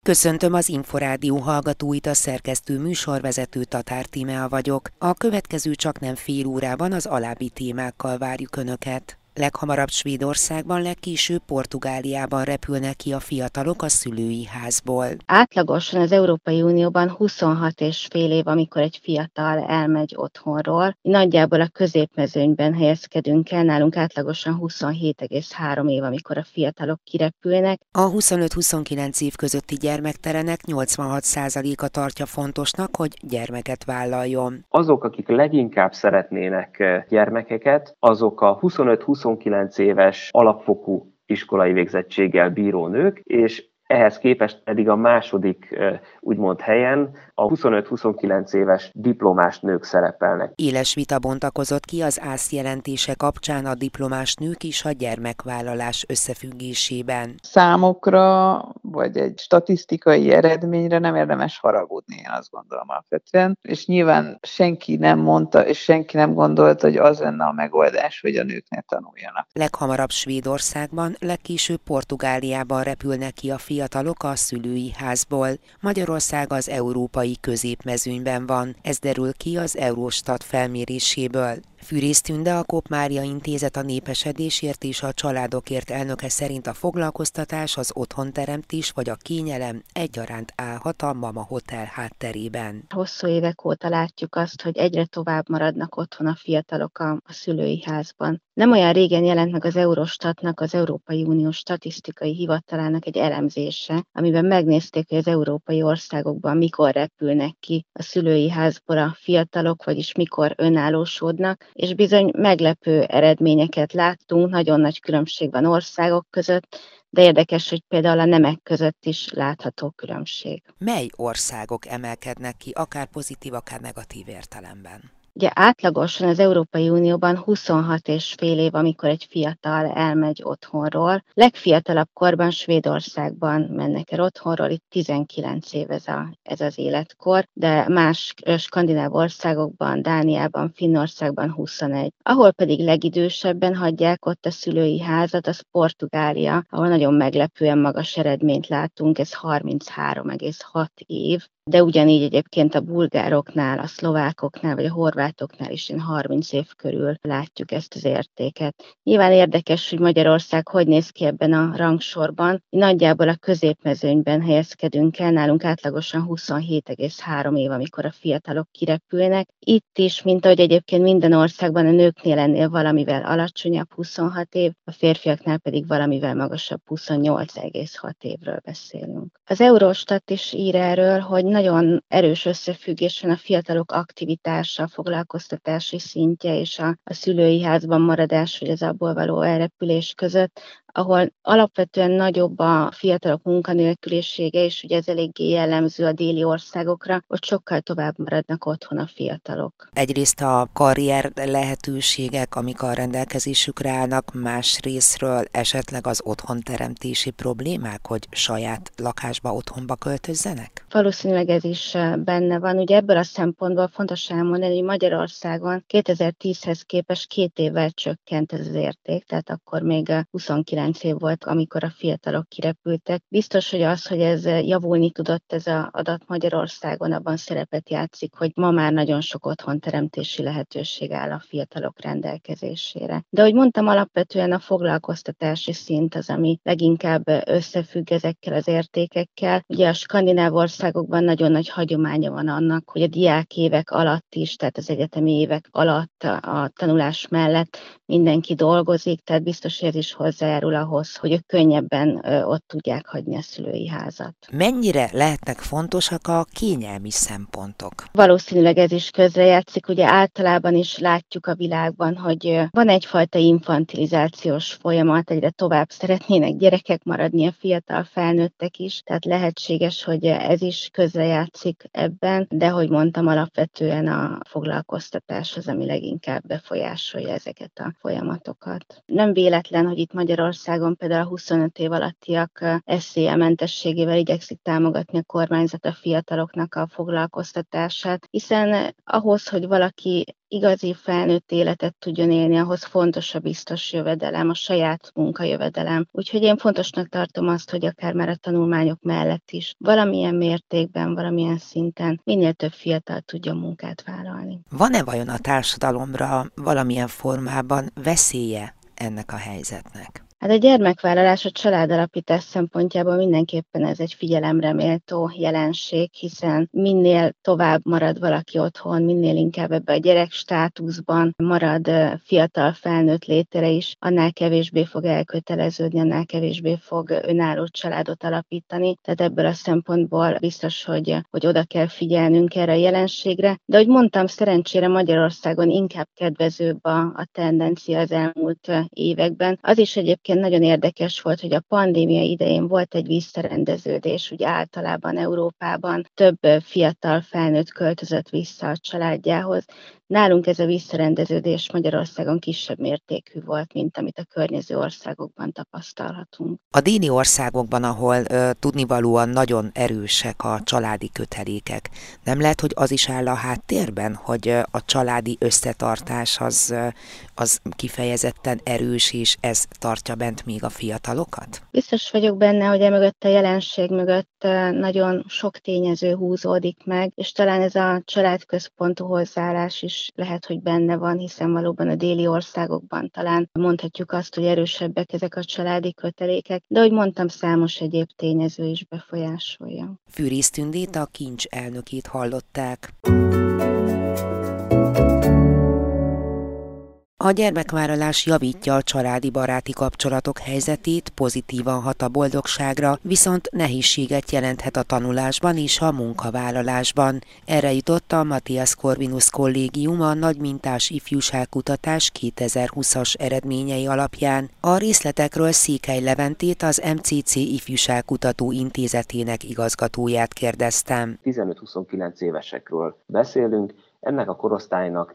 Köszöntöm az Inforádió hallgatóit, a szerkesztő műsorvezető Tatár Tímea vagyok. A következő csaknem fél órában az alábbi témákkal várjuk Önöket. Leghamarabb Svédországban, legkésőbb Portugáliában repülnek ki a fiatalok a szülői házból. Átlagosan az Európai Unióban 26 és fél év, amikor egy fiatal elmegy otthonról. Nagyjából a középmezőnyben helyezkedünk el, nálunk átlagosan 27,3 év, amikor a fiatalok kirepülnek. A 25-29 év közötti gyermektelenek 86%-a tartja fontosnak, hogy gyermeket vállaljon. Azok, akik leginkább szeretnének gyermekeket, azok a 25-29 éves alapfokú iskolai végzettséggel bíró nők, és ehhez képest pedig a második úgymond helyen a 25-29 éves diplomás nők szerepelnek. Éles vita bontakozott ki az ÁSZ jelentése kapcsán a diplomás nők és a gyermekvállalás összefüggésében. Számokra, vagy egy statisztikai eredményre nem érdemes haragudni, én azt gondolom alapvetően. És nyilván senki nem mondta, és senki nem gondolta, hogy az lenne a megoldás, hogy a nők ne tanuljanak. Leghamarabb Svédországban, legkésőbb Portugáliában repülnek ki a fiatalok a szülői házból. Magyarország az európai középmezőnyben van, ez derül ki az Eurostat felméréséből. Fűrész Tünde, a Kopp Mária Intézet a népesedésért és a családokért elnöke szerint a foglalkoztatás, az otthonteremtés vagy a kényelem egyaránt állhat a Mama Hotel hátterében. Hosszú évek óta látjuk azt, hogy egyre tovább maradnak otthon a fiatalok a szülői házban. Nem olyan régen jelent meg az Eurostatnak, az Európai Unió Statisztikai Hivatalának egy elemzése, amiben megnézték, hogy az európai országokban mikor repülnek ki a szülői házból a fiatalok, vagyis mikor önállósodnak, és bizony meglepő eredményeket láttunk, nagyon nagy különbség van országok között, de érdekes, hogy például a nemek között is látható különbség. Mely országok emelkednek ki, akár pozitív, akár negatív értelemben? Ugye átlagosan az Európai Unióban 26 és fél év, amikor egy fiatal elmegy otthonról. Legfiatalabb korban Svédországban mennek el otthonról, itt 19 év ez az életkor, de más skandináv országokban, Dániában, Finnországban 21. Ahol pedig legidősebben hagyják ott a szülői házat, az Portugália, ahol nagyon meglepően magas eredményt látunk, ez 33,6 év. De ugyanígy egyébként a bulgároknál, a szlovákoknál vagy a horvátoknál is 30 év körül látjuk ezt az értéket. Nyilván érdekes, hogy Magyarország hogy néz ki ebben a rangsorban. Nagyjából a középmezőnyben helyezkedünk el, nálunk átlagosan 27,3 év, amikor a fiatalok kirepülnek. Itt is, mint ahogy egyébként minden országban, a nőknél ennél valamivel alacsonyabb 26 év, a férfiaknál pedig valamivel magasabb 28,6 évről beszélünk. Az Eurostat is ír erről, hogy nagyon erős összefüggés van a fiatalok aktivitása, foglalkoztatási szintje és a szülői házban maradás, vagy az abból való elrepülés között, ahol alapvetően nagyobb a fiatalok munkanélkülisége, és ugye ez eléggé jellemző a déli országokra, hogy sokkal tovább maradnak otthon a fiatalok. Egyrészt a karrier lehetőségek, amik a rendelkezésükre állnak, más részről esetleg az otthonteremtési problémák, hogy saját lakásba, otthonba költözzenek? Valószínűleg ez is benne van. Ugye ebből a szempontból fontos elmondani, hogy Magyarországon 2010-hez képest 2 évvel csökkent ez az érték, tehát akkor még 29 év volt, amikor a fiatalok kirepültek. Biztos, hogy az, hogy ez javulni tudott ez az adat Magyarországon, abban szerepet játszik, hogy ma már nagyon sok otthonteremtési lehetőség áll a fiatalok rendelkezésére. De ahogy mondtam, alapvetően a foglalkoztatási szint az, ami leginkább összefügg ezekkel az értékekkel. Ugye a skandináv országokban nagyon nagy hagyománya van annak, hogy a diák évek alatt is, tehát az egyetemi évek alatt a tanulás mellett mindenki dolgozik, tehát biztos, hogy ez is hozzájárul ahhoz, hogy ők könnyebben ott tudják hagyni a szülői házat. Mennyire lehetnek fontosak a kényelmi szempontok? Valószínűleg ez is közrejátszik, ugye általában is látjuk a világban, hogy van egyfajta infantilizációs folyamat, egyre tovább szeretnének gyerekek maradni a fiatal felnőttek is, tehát lehetséges, hogy ez is közrejátszik ebben, de hogy mondtam, alapvetően a foglalkoztatás az, ami leginkább befolyásolja ezeket a folyamatokat. Nem véletlen, hogy itt Magyarországon Magyarországon például a 25 év alattiak SZIA-mentességével igyekszik támogatni a kormányzat a fiataloknak a foglalkoztatását, hiszen ahhoz, hogy valaki igazi felnőtt életet tudjon élni, ahhoz fontos a biztos jövedelem, a saját munkajövedelem. Úgyhogy én fontosnak tartom azt, hogy akár már a tanulmányok mellett is valamilyen mértékben, valamilyen szinten minél több fiatal tudjon munkát vállalni. Van-e vajon a társadalomra valamilyen formában veszélye ennek a helyzetnek? Hát a gyermekvállalás a családalapítás szempontjából mindenképpen ez egy figyelemre méltó jelenség, hiszen minél tovább marad valaki otthon, minél inkább ebbe a gyerek státuszban marad fiatal felnőtt létre is, annál kevésbé fog elköteleződni, annál kevésbé fog önálló családot alapítani. Tehát ebből a szempontból biztos, hogy oda kell figyelnünk erre a jelenségre. De ahogy mondtam, szerencsére Magyarországon inkább kedvezőbb a tendencia az elmúlt években. Az is egyébként nagyon érdekes volt, hogy a pandémia idején volt egy visszarendeződés, úgy általában Európában több fiatal felnőtt költözött vissza a családjához. Nálunk ez a visszarendeződés Magyarországon kisebb mértékű volt, mint amit a környező országokban tapasztalhatunk. A déli országokban, ahol tudnivalóan nagyon erősek a családi kötelékek, nem lehet, hogy az is áll a háttérben, hogy a családi összetartás az kifejezetten erős, és ez tartja bent még a fiatalokat? Biztos vagyok benne, hogy emögött a jelenség mögött nagyon sok tényező húzódik meg, és talán ez a családközpontú hozzáállás is lehet, hogy benne van, hiszen valóban a déli országokban talán mondhatjuk azt, hogy erősebbek ezek a családi kötelékek, de ahogy mondtam, számos egyéb tényező is befolyásolja. Fűrész Tündét, a Kincs elnökét hallották. A gyermekvállalás javítja a családi baráti kapcsolatok helyzetét, pozitívan hat a boldogságra, viszont nehézséget jelenthet a tanulásban és a munkavállalásban. Erre jutott a Matthias Corvinus Kollégium a nagymintás ifjúságkutatás 2020-as eredményei alapján. A részletekről Székely Leventét, az MCC Ifjúságkutató Intézetének igazgatóját kérdeztem. 15-29 évesekről beszélünk. Ennek a korosztálynak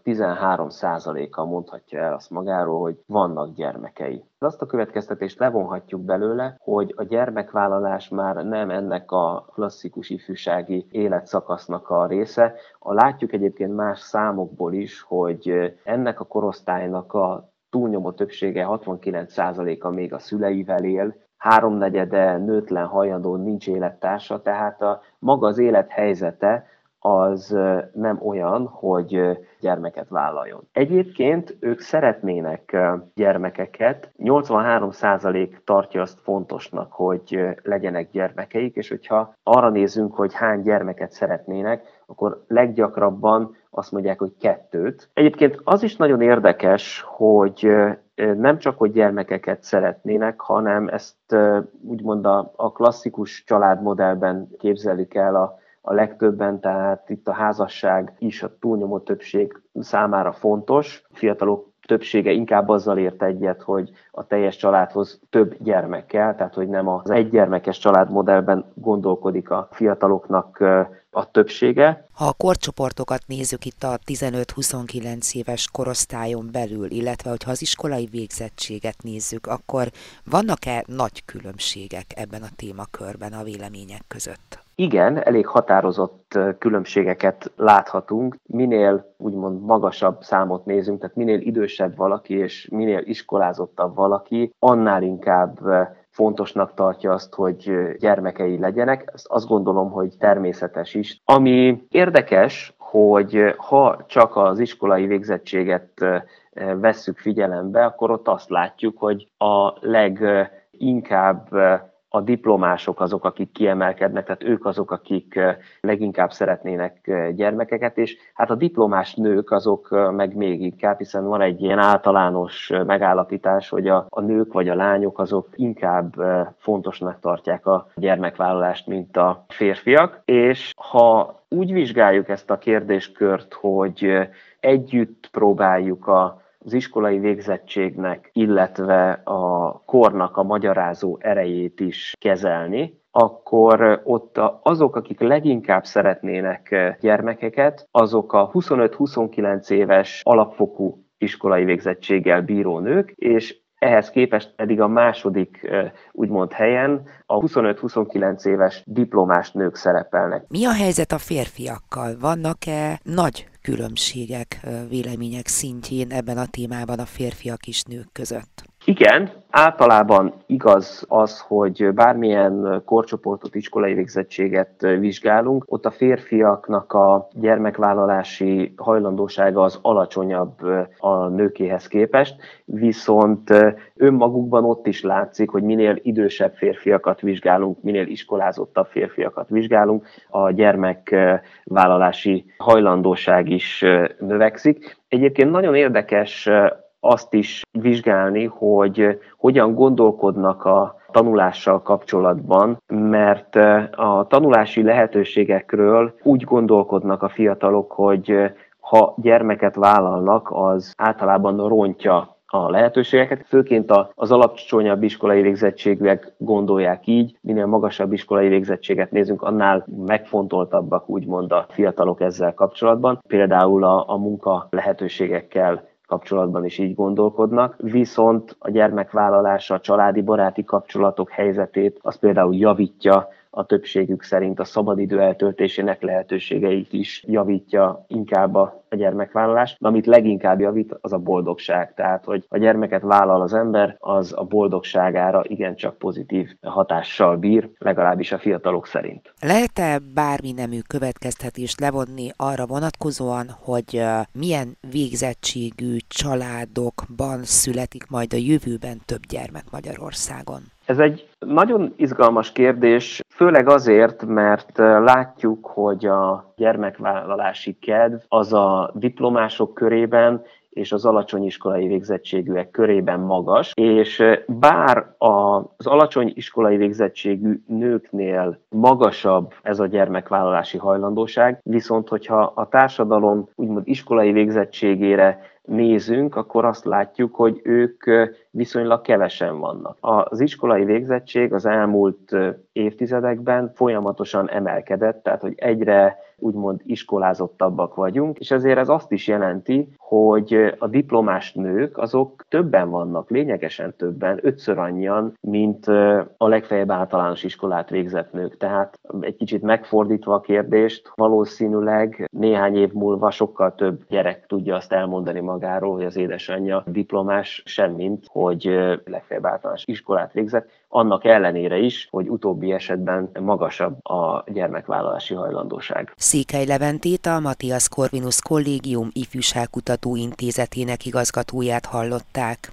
13%-a mondhatja el azt magáról, hogy vannak gyermekei. Azt a következtetést levonhatjuk belőle, hogy a gyermekvállalás már nem ennek a klasszikus ifjúsági életszakasznak a része. Látjuk egyébként más számokból is, hogy ennek a korosztálynak a túlnyomó többsége, 69%-a még a szüleivel él, háromnegyede nőtlen hajlandó, nincs élettársa, tehát maga az élethelyzete az nem olyan, hogy gyermeket vállaljon. Egyébként ők szeretnének gyermekeket, 83% tartja azt fontosnak, hogy legyenek gyermekeik, és hogyha arra nézünk, hogy hány gyermeket szeretnének, akkor leggyakrabban azt mondják, hogy 2. Egyébként az is nagyon érdekes, hogy nem csak, hogy gyermekeket szeretnének, hanem ezt úgymond a klasszikus családmodellben képzelik el a legtöbben, tehát itt a házasság is a túlnyomó többség számára fontos. A fiatalok többsége inkább azzal ért egyet, hogy a teljes családhoz több gyermek kell, tehát hogy nem az egygyermekes családmodellben gondolkodik a fiataloknak a többsége. Ha a korcsoportokat nézzük itt a 15-29 éves korosztályon belül, illetve hogyha az iskolai végzettséget nézzük, akkor vannak-e nagy különbségek ebben a témakörben a vélemények között? Igen, elég határozott különbségeket láthatunk. Minél úgymond magasabb számot nézünk, tehát minél idősebb valaki és minél iskolázottabb valaki, annál inkább fontosnak tartja azt, hogy gyermekei legyenek. Ezt azt gondolom, hogy természetes is. Ami érdekes, hogy ha csak az iskolai végzettséget vesszük figyelembe, akkor ott azt látjuk, hogy a leginkább a diplomások azok, akik kiemelkednek, tehát ők azok, akik leginkább szeretnének gyermekeket, és hát a diplomás nők azok meg még inkább, hiszen van egy ilyen általános megállapítás, hogy a nők vagy a lányok azok inkább fontosnak tartják a gyermekvállalást, mint a férfiak, és ha úgy vizsgáljuk ezt a kérdéskört, hogy együtt próbáljuk az iskolai végzettségnek, illetve a kornak a magyarázó erejét is kezelni, akkor ott azok, akik leginkább szeretnének gyermekeket, azok a 25-29 éves alapfokú iskolai végzettséggel bíró nők, és ehhez képest pedig a második úgymond helyen a 25-29 éves diplomás nők szerepelnek. Mi a helyzet a férfiakkal? Vannak-e nagy különbségek vélemények szintjén ebben a témában a férfiak és nők között? Igen, általában igaz az, hogy bármilyen korcsoportot, iskolai végzettséget vizsgálunk, ott a férfiaknak a gyermekvállalási hajlandósága az alacsonyabb a nőkéhez képest, viszont önmagukban ott is látszik, hogy minél idősebb férfiakat vizsgálunk, minél iskolázottabb férfiakat vizsgálunk, a gyermekvállalási hajlandóság is növekszik. Egyébként nagyon érdekes azt is vizsgálni, hogy hogyan gondolkodnak a tanulással kapcsolatban, mert a tanulási lehetőségekről úgy gondolkodnak a fiatalok, hogy ha gyermeket vállalnak, az általában rontja a lehetőségeket. Főként az alacsonyabb iskolai végzettségűek gondolják így, minél magasabb iskolai végzettséget nézünk, annál megfontoltabbak úgymond a fiatalok ezzel kapcsolatban. Például a munka lehetőségekkel kapcsolatban is így gondolkodnak, viszont a gyermekvállalása, a családi baráti kapcsolatok helyzetét az például javítja, a többségük szerint a szabadidő eltöltésének lehetőségeit is javítja inkább a gyermekvállalás, de amit leginkább javít, az a boldogság. Tehát, hogy a gyermeket vállal az ember, az a boldogságára igencsak pozitív hatással bír, legalábbis a fiatalok szerint. Lehet-e bármi nemű következtetést levonni arra vonatkozóan, hogy milyen végzettségű családokban születik majd a jövőben több gyermek Magyarországon? Ez egy nagyon izgalmas kérdés, főleg azért, mert látjuk, hogy a gyermekvállalási kedv az a diplomások körében és az alacsony iskolai végzettségűek körében magas, és bár az alacsony iskolai végzettségű nőknél magasabb ez a gyermekvállalási hajlandóság, viszont hogyha a társadalom úgymond iskolai végzettségére nézünk, akkor azt látjuk, hogy ők viszonylag kevesen vannak. Az iskolai végzettség az elmúlt évtizedekben folyamatosan emelkedett, tehát hogy egyre úgymond iskolázottabbak vagyunk, és ezért ez azt is jelenti, hogy a diplomás nők azok többen vannak, lényegesen többen, 5-ször annyian, mint a legfeljebb általános iskolát végzett nők. Tehát egy kicsit megfordítva a kérdést, valószínűleg néhány év múlva sokkal több gyerek tudja azt elmondani magáról, hogy az édesanyja diplomás, semmint, hogy legfeljebb általános iskolát végzett, annak ellenére is, hogy utóbbi esetben magasabb a gyermekvállalási hajlandóság. Székely Leventét, a Matthias Corvinus Kollégium Ifjúságkutató Intézetének igazgatóját hallották.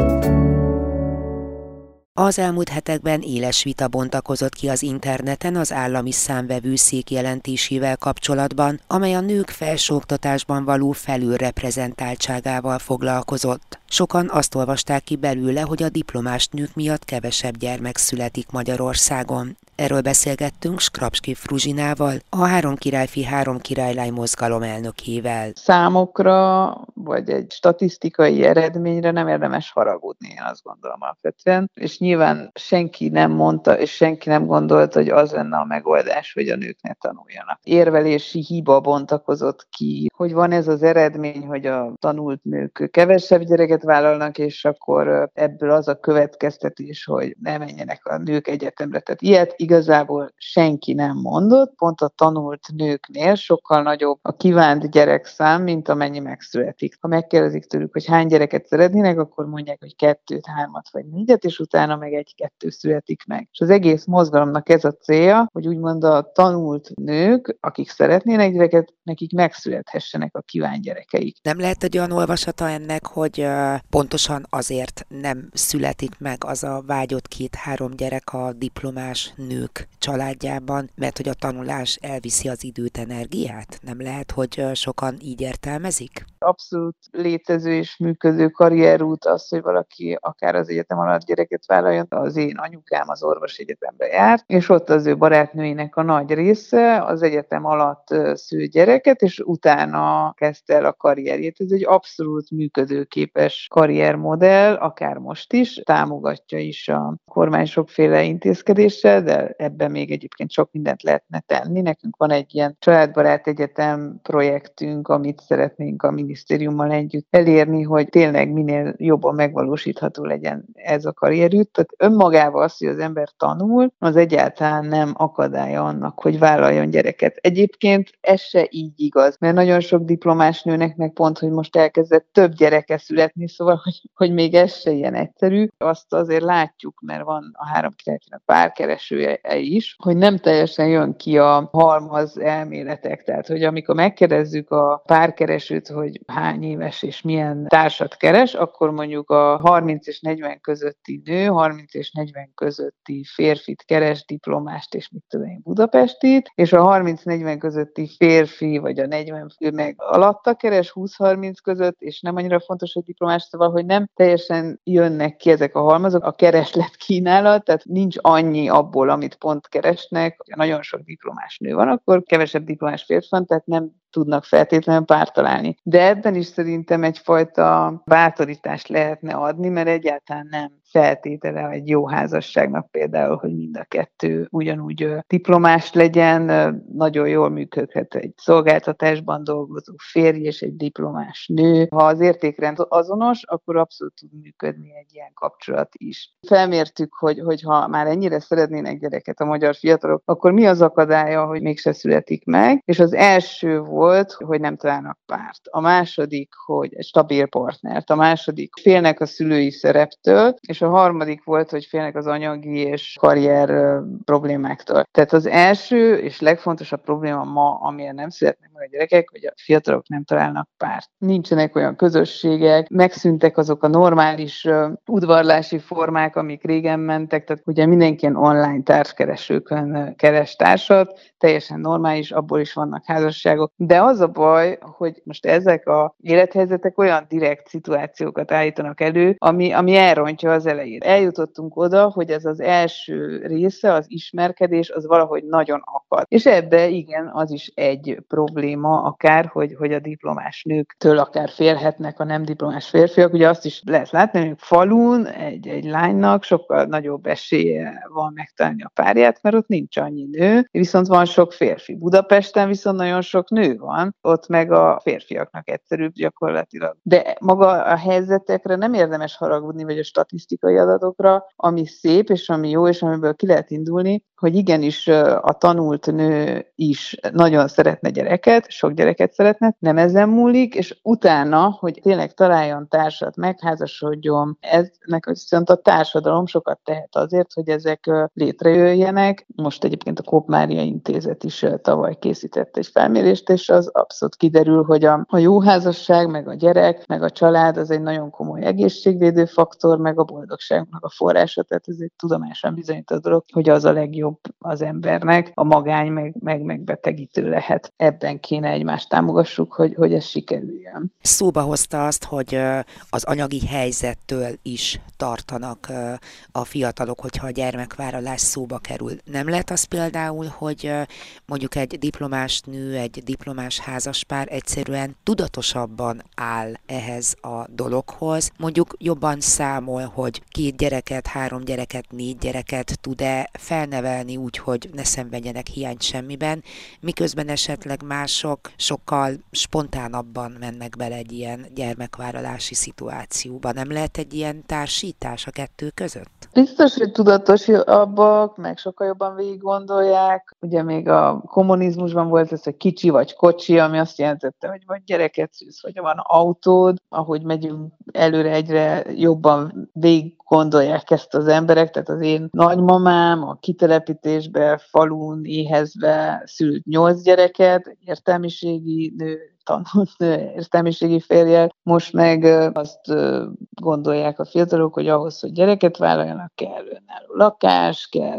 Az elmúlt hetekben éles vita bontakozott ki az interneten az állami számvevőszék jelentésével kapcsolatban, amely a nők felsőoktatásban való felülreprezentáltságával foglalkozott. Sokan azt olvasták ki belőle, hogy a diplomás nők miatt kevesebb gyermek születik Magyarországon. Erről beszélgettünk Skrapski Fruzsinával, a Három királyfi, Három királylány mozgalom elnökével. Számokra, vagy egy statisztikai eredményre nem érdemes haragudni, én azt gondolom alapvetően. És nyilván senki nem mondta, és senki nem gondolta, hogy az lenne a megoldás, hogy a nők ne tanuljanak. Érvelési hiba bontakozott ki, hogy van ez az eredmény, hogy a tanult nők kevesebb gyereket vállalnak, és akkor ebből az a következtetés, hogy ne menjenek a nők egyetemre. Tehát ilyet igazából senki nem mondott, pont a tanult nőknél sokkal nagyobb a kívánt gyerekszám, mint amennyi megszületik. Ha megkérdezik tőlük, hogy hány gyereket szeretnének, akkor mondják, hogy 2, 3 vagy 4, és utána meg 1-2 születik meg. És az egész mozgalomnak ez a célja, hogy úgymond a tanult nők, akik szeretnének gyereket, nekik megszülethessenek a kívánt gyerekeik. Nem lehet egy olyan olvasata ennek, hogy pontosan azért nem születik meg az a vágyott 2-3 gyerek a diplomás nők családjában, mert hogy a tanulás elviszi az időt, energiát? Nem lehet, hogy sokan így értelmezik? Abszolút létező és működő karrierút az, hogy valaki akár az egyetem alatt gyereket vállaljon. Az én anyukám az orvosegyetemre járt, és ott az ő barátnőinek a nagy része az egyetem alatt szül gyereket, és utána kezdte el a karrierjét. Ez egy abszolút működőképes helyes karriermodell, akár most is, támogatja is a kormány sokféle intézkedéssel, de ebben még egyébként sok mindent lehetne tenni. Nekünk van egy ilyen családbarát egyetem projektünk, amit szeretnénk a minisztériummal együtt elérni, hogy tényleg minél jobban megvalósítható legyen ez a karrierút. Tehát önmagában az, hogy az ember tanul, az egyáltalán nem akadálya annak, hogy vállaljon gyereket. Egyébként ez se így igaz, mert nagyon sok diplomás nőnek meg pont, hogy most elkezdett több gyereke születni, szóval, hogy még ez se ilyen egyszerű. Azt azért látjuk, mert van a 3-9-nek párkeresője is, hogy nem teljesen jön ki a halmaz elméletek. Tehát, hogy amikor megkérdezzük a párkeresőt, hogy hány éves és milyen társat keres, akkor mondjuk a 30 és 40 közötti nő, 30 és 40 közötti férfit keres, diplomást és mit tudom én, budapestit, és a 30-40 közötti férfi, vagy a 40 meg alatta keres 20-30 között, és nem annyira fontos, hogy diplomás, szóval, hogy nem teljesen jönnek ki ezek a halmazok, a kereslet kínálat, tehát nincs annyi abból, amit pont keresnek. Ha nagyon sok diplomás nő van, akkor kevesebb diplomás férfi van, tehát nem tudnak feltétlenül párt találni. De ebben is szerintem egyfajta bátorítást lehetne adni, mert egyáltalán nem feltétele egy jó házasságnak például, hogy mind a kettő ugyanúgy diplomás legyen, nagyon jól működhet egy szolgáltatásban dolgozó férj és egy diplomás nő. Ha az értékrend azonos, akkor abszolút tud működni egy ilyen kapcsolat is. Felmértük, hogy ha már ennyire szeretnének gyereket a magyar fiatalok, akkor mi az akadálya, hogy mégse születik meg, és az első volt, hogy nem találnak párt. A második, hogy egy stabil partnert. A második, félnek a szülői szereptől, és a harmadik volt, hogy félnek az anyagi és karrier problémáktól. Tehát az első és legfontosabb probléma ma, amilyen nem születnek meg a gyerekek, hogy a fiatalok nem találnak párt. Nincsenek olyan közösségek, megszűntek azok a normális udvarlási formák, amik régen mentek, tehát ugye mindenki ilyen online társkeresőkön keres társat, teljesen normális, abból is vannak házasságok. De az a baj, hogy most ezek az élethelyzetek olyan direkt szituációkat állítanak elő, ami elrontja az elejét. Eljutottunk oda, hogy ez az első része, az ismerkedés, az valahogy nagyon akad. És ebbe igen, az is egy probléma, akár, hogy a diplomás nőktől akár félhetnek a nem diplomás férfiak. Ugye azt is lehet látni, hogy falun egy lánynak sokkal nagyobb esélye van megtalálni a párját, mert ott nincs annyi nő, viszont van sok férfi. Budapesten viszont nagyon sok nő van, ott meg a férfiaknak egyszerűbb gyakorlatilag. De maga a helyzetekre nem érdemes haragudni, vagy a statisztikai adatokra, ami szép, és ami jó, és amiből ki lehet indulni, hogy igenis a tanult nő is nagyon szeretne gyereket, sok gyereket szeretne, nem ezen múlik, és utána, hogy tényleg találjon társat, megházasodjon, eznek viszont a társadalom sokat tehet azért, hogy ezek létrejöjjenek. Most egyébként a Kopp Mária Intézet is tavaly készített egy felmérést, és az abszolút kiderül, hogy a jó házasság, meg a gyerek, meg a család az egy nagyon komoly egészségvédő faktor, meg a boldogságnak a forrása, tehát ez egy tudományosan bizonyított dolog, hogy az a legjobb az embernek, a magány meg megbetegítő lehet. Ebben kéne egymást támogassuk, hogy ez sikerüljön. Szóba hozta azt, hogy az anyagi helyzettől is tartanak a fiatalok, hogyha a gyermekvállalás szóba kerül. Nem lehet az például, hogy mondjuk egy diplomás nő, egy diplomás házaspár egyszerűen tudatosabban áll ehhez a dologhoz, mondjuk jobban számol, hogy 2 gyereket, 3 gyereket, 4 gyereket tud-e felnevelni úgy, hogy ne szenvedjenek hiányt semmiben, miközben esetleg mások sokkal spontánabban mennek bele egy ilyen gyermekvállalási szituációba. Nem lehet egy ilyen társítás a kettő között? Biztos, hogy tudatosabbak, meg sokkal jobban végig gondolják. Ugye még a kommunizmusban volt ez, hogy kicsi vagy kocsi, ami azt jelentette, hogy vagy gyereket szülsz, vagy van autód. Ahogy megyünk előre, egyre jobban végig gondolják ezt az emberek, tehát az én nagymamám a kitelepítésbe, falun éhezve szült 8 gyereket, egy értelmiségi nő, tanult nő, értelmiségi férjel. Most meg azt gondolják a fiatalok, hogy ahhoz, hogy gyereket vállaljanak, kell önálló lakás, kell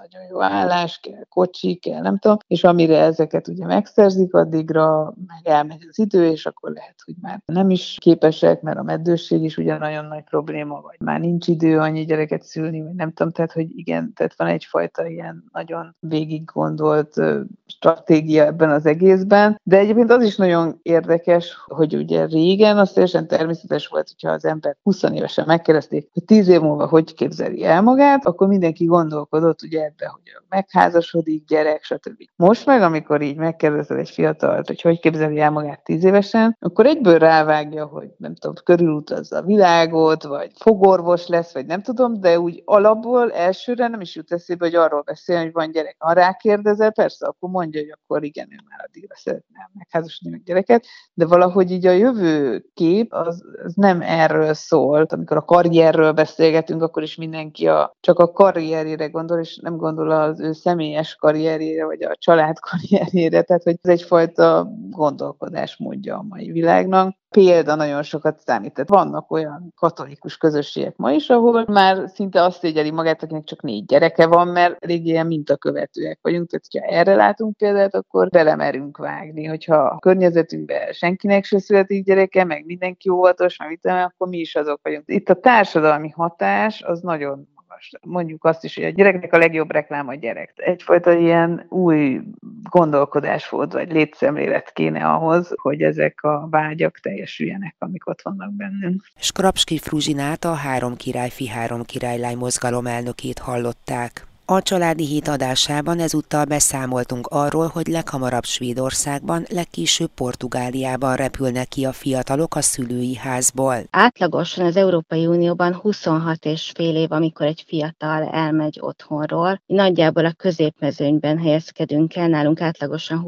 nagyon jó állás, kell kocsi, kell nem tudom, és amire ezeket ugye megszerzik, addigra meg elmegy az idő, és akkor lehet, hogy már nem is képesek, mert a meddőség is ugye nagyon nagy probléma, vagy már nincs idő annyi gyereket szülni, vagy nem tudom, tehát hogy igen, tehát van egyfajta ilyen nagyon végig gondolt stratégia ebben az egészben, de egyébként az is nagyon érdekes, hogy ugye régen az teljesen természetes volt, hogyha az ember 20 évesen megkérdezték, hogy 10 év múlva hogy képzeli el magát, akkor mindenki gondolkodott ugye ebbe, hogy megházasodik, gyerek, stb. Most meg, amikor így megkérdezed egy fiatalt, hogy képzeli el magát 10 évesen, akkor egyből rávágja, hogy nem tudom, körülutazza a világot, vagy fogorvos lesz, vagy nem tudom, de úgy alapból elsőre nem is jut eszébe, hogy arról beszél, hogy van gyerek. Ha rákérdezel, persze, akkor mondja, hogy akkor igen, ő már addigra szeretne megházasodni meg gyereket, de valahogy így a jövő kép az nem erről szól. Amikor a karrierről beszélgetünk, akkor is mindenki csak a karrierjére gondol, és nem gondol az ő személyes karrierjére, vagy a család karrierjére. Tehát, hogy ez egyfajta gondolkodásmódja a mai világnak. Példa nagyon sokat számít. Tehát vannak olyan katolikus közösségek ma is, ahol már szinte azt szégyeli magát, akinek csak 4 gyereke van, mert elég ilyen mintakövetőek vagyunk. Tehát, ha erre látunk példát, akkor belemerünk vágni. Hogyha a környezetünkben senkinek se születik gyereke, meg mindenki óvatos, akkor mi is azok vagyunk. Itt a társadalmi hatás az nagyon magas. Mondjuk azt is, hogy a gyereknek a legjobb reklám a gyerek. Egyfajta ilyen új gondolkodásmód vagy létszemlélet kéne ahhoz, hogy ezek a vágyak teljesüljenek, amik ott vannak bennünk. Skrapski Fruzsinát, a Három királyfi, három királylány mozgalom elnökét hallották. A Családi Hét adásában ezúttal beszámoltunk arról, hogy leghamarabb Svédországban, legkésőbb Portugáliában repülnek ki a fiatalok a szülői házból. Átlagosan az Európai Unióban 26 és fél év, amikor egy fiatal elmegy otthonról. Nagyjából a középmezőnyben helyezkedünk el, nálunk átlagosan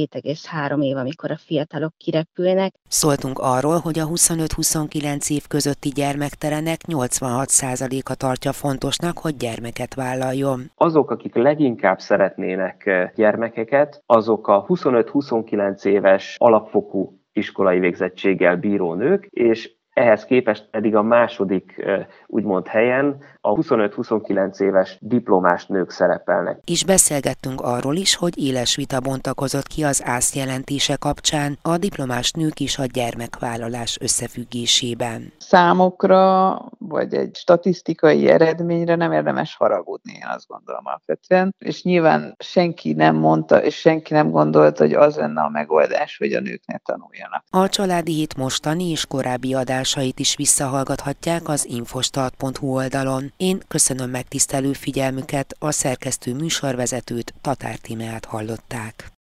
27,3 év, amikor a fiatalok kirepülnek. Szóltunk arról, hogy a 25-29 év közötti gyermektelenek 86%-a tartja fontosnak, hogy gyermeket vállaljon. Azok, akik leginkább szeretnének gyermekeket, azok a 25-29 éves alapfokú iskolai végzettséggel bíró nők, és ehhez képest pedig a második úgymond helyen a 25-29 éves diplomás nők szerepelnek. És beszélgettünk arról is, hogy éles vita bontakozott ki az ÁSZ jelentése kapcsán a diplomás nők és a gyermekvállalás összefüggésében. Számokra, vagy egy statisztikai eredményre nem érdemes haragudni, én azt gondolom alapvetően. És nyilván senki nem mondta, és senki nem gondolta, hogy az lenne a megoldás, hogy a nők ne tanuljanak. A Családi Hét mostani és korábbi adásait is visszahallgathatják az infostart.hu oldalon. Én köszönöm megtisztelő figyelmüket, a szerkesztő műsorvezetőt, Tatár Tímeát hallották.